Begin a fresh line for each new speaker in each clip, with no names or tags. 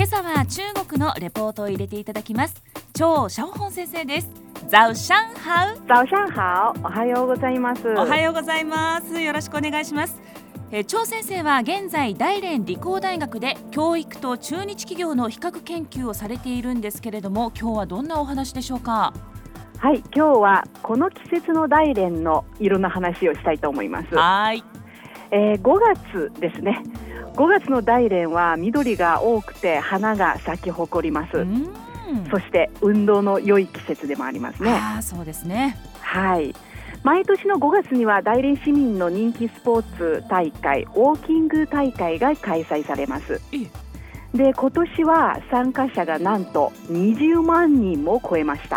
今朝は中国のレポートを入れていただきます。張小本先生です。早上好。
早上好。おはようございます。
おはようございます。よろしくお願いします。張先生は現在大連理工大学で教育と駐日企業の比較研究をされているんですけれども、今日はどんなお話でしょうか？
はい、今日はこの季節の大連のいろんな話をしたいと思います。
はい、
5月ですね。5月の大連は緑が多くて花が咲き誇ります。そして運動の良い季節でもありますね。
そうですね。
はい。毎年の5月には大連市民の人気スポーツ大会、ウォーキング大会が開催されます。で、今年は参加者がなんと20万人も超えました。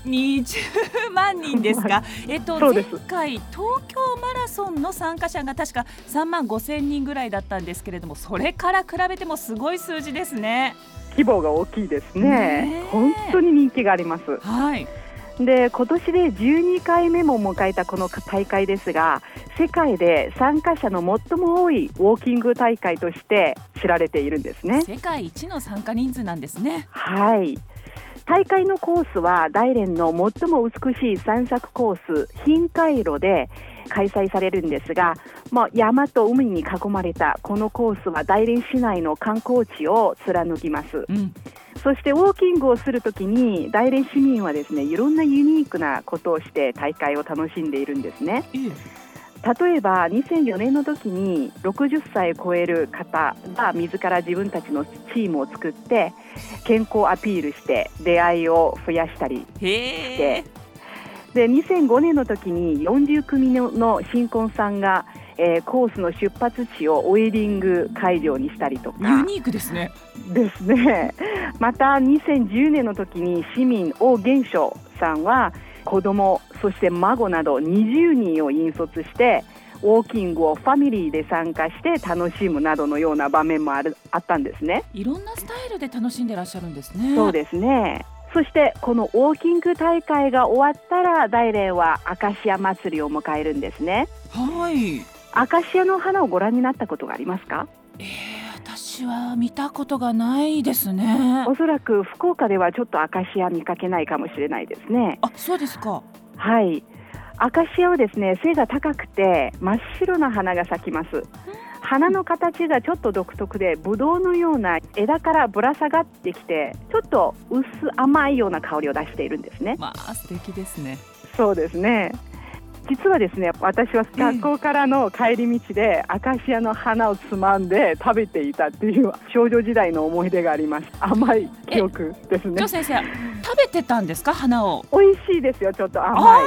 20万人ですか？
そうです。
前回東京マラソンの参加者が確か3万5千人ぐらいだったんですけれども、それから比べてもすごい数字ですね。
規模が大きいですね。本当に人気があります。
はい。
で、今年で12回目も迎えたこの大会ですが、世界で参加者の最も多いウォーキング大会として知られているんですね。
世界一の参加人数なんですね。
はい。大会のコースは大連の最も美しい散策コース、賓海路で開催されるんですが、山と海に囲まれたこのコースは大連市内の観光地を貫きます。そしてウォーキングをするときに大連市民はですね、いろんなユニークなことをして大会を楽しんでいるんですね。例えば2004年の時に60歳を超える方が自ら自分たちのチームを作って健康アピールして出会いを増やしたりして、で2005年の時に40組の新婚さんがコースの出発地をウェディング会場にしたりとか。
ユニークですね。
ですね。また2010年の時に市民王元章さんは子供そして孫など20人を引率してウォーキングをファミリーで参加して楽しむなどのような場面もあったんですね。
いろんなスタイルで楽しんでらっしゃるんですね。
そうですね。そしてこのウォーキング大会が終わったら大連はアカシア祭りを迎えるんですね。
はい。
アカシアの花をご覧になったことがありますか？
私は見たことがないですね。
おそらく福岡ではちょっとアカシア見かけないかもしれないですね。
そうですか。
はい。アカシアはですね、背が高くて真っ白な花が咲きます。花の形がちょっと独特でブドウのような枝からぶら下がってきてちょっと薄甘いような香りを出しているんですね。
素敵ですね。
そうですね。実はですね、私は学校からの帰り道でアカシアの花をつまんで食べていたっていう少女時代の思い出があります。甘い記憶ですね。
先生、食べてたんですか？花を。
美味しいですよ。ちょっと甘い。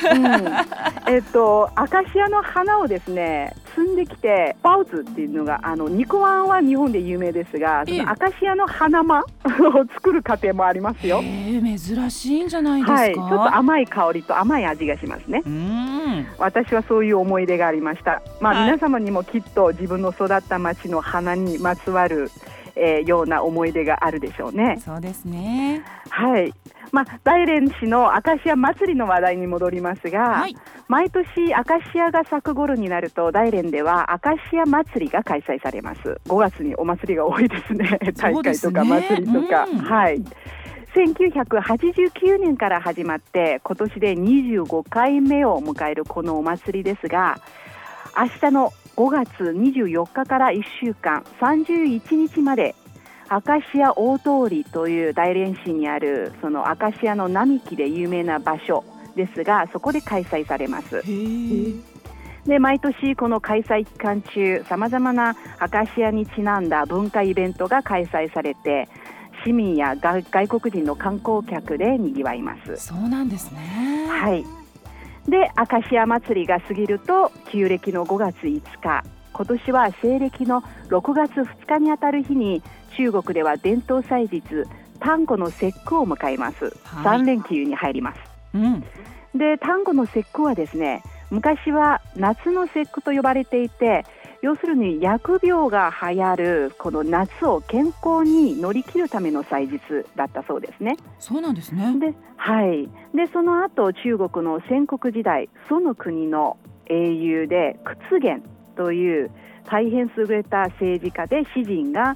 アカシアの花をですね摘んできてバウズっていうのが肉あんは日本で有名ですが、そのアカシアの花まを作る過程もありますよ。
珍しいんじゃないですか？
はい、ちょっと甘い香りと甘い味がしますね。私はそういう思い出がありました。皆様にもきっと自分の育った町の花にまつわる、ような思い出があるでしょうね。
そうですね。
はい。大連市のアカシア祭りの話題に戻りますが、毎年アカシアが咲く頃になると大連ではアカシア祭りが開催されます。5月にお祭りが多いですね。大会とか祭りとか。はい。1989年から始まって今年で25回目を迎えるこのお祭りですが、明日の5月24日から1週間31日までアカシア大通りという大連市にあるそのアカシアの並木で有名な場所ですが、そこで開催されます。で、毎年この開催期間中さまざまなアカシアにちなんだ文化イベントが開催されて市民や外国人の観光客でにぎわいます。
そうなんですね。
はい。で、アカシア祭りが過ぎると旧暦の5月5日、今年は西暦の6月2日にあたる日に中国では伝統祭日端午の節句を迎えます。3連休に入ります。で、端午の節句はですね、昔は夏の節句と呼ばれていて、要するに疫病が流行るこの夏を健康に乗り切るための祭日だったそうですね。
そうなんですね。
で、はい。で、その後中国の戦国時代、その国の英雄で屈原という大変優れた政治家で詩人が、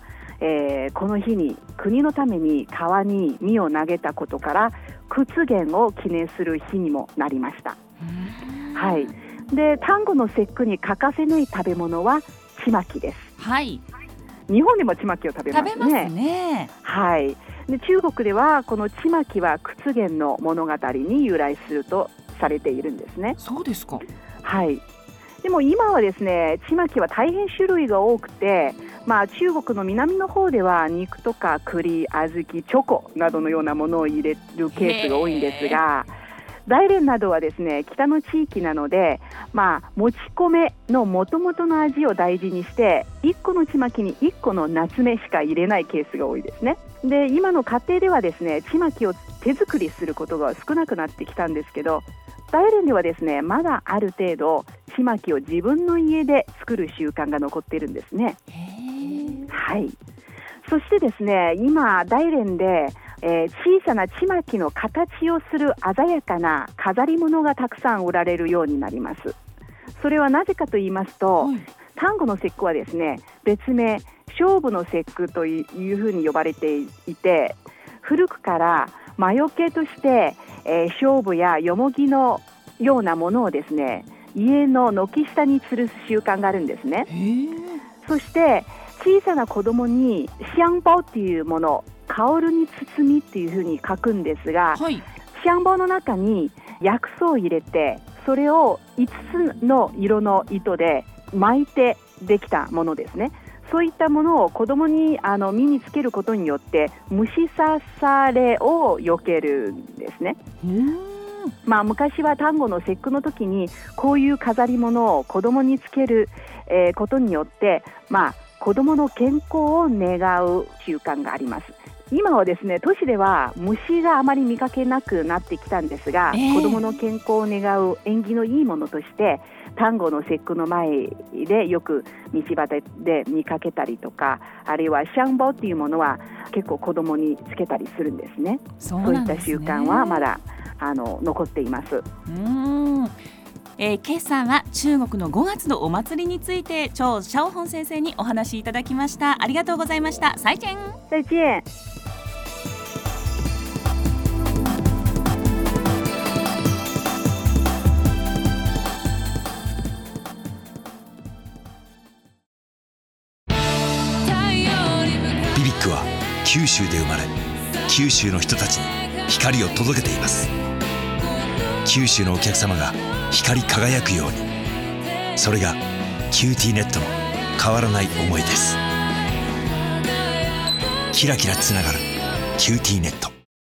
この日に国のために川に身を投げたことから屈原を記念する日にもなりました。はい、で端午の節句に欠かせない食べ物はちまきです。
はい、
日本でもちまきを食べますね。
食べますね。
はい、で中国ではこのちまきは屈原の物語に由来するとされているんですね。
そうですか。
はい、でも今はですね、ちまきは大変種類が多くて、中国の南の方では肉とか栗、小豆、チョコなどのようなものを入れるケースが多いんですが、大連などはですね、北の地域なので、もち米の元々の味を大事にして1個のちまきに1個の夏目しか入れないケースが多いですね。で今の家庭ではですね、ちまきを手作りすることが少なくなってきたんですけど、大連ではですね、まだある程度ちまきを自分の家で作る習慣が残っているんですね。はい、そしてですね、今大連で、小さなちまきの形をする鮮やかな飾り物がたくさん売られるようになります。それはなぜかと言いますと、端午の節句はですね、別名菖蒲の節句というふうに呼ばれていて、古くから魔除けとして、菖蒲やよもぎのようなものをですね、家の軒下に吊るす習慣があるんですね。そして小さな子供に香包っていうもの、香るに包みっていうふうに書くんですが、香包の中に薬草を入れて、それを5つの色の糸で巻いてできたものですね。そういったものを子供に身につけることによって虫刺されを避けるんですね。昔は端午の節句の時にこういう飾り物を子供につける、ことによって、子供の健康を願う習慣があります。今はですね、都市では虫があまり見かけなくなってきたんですが、子供の健康を願う縁起のいいものとして端午の節句の前でよく道端で見かけたりとか、あるいは香包っていうものは結構子供につけたりするんですね。そういった習慣はまだ残っています。
今朝は中国の5月のお祭りについて張小本先生にお話しいただきました。ありがとうございました。再见。
再见。
ビビックは九州で生まれ、九州の人たちに光を届けています。九州のお客様が光り輝くように、それがキューティーネットの変わらない思いです。キラキラつながるキューティーネット。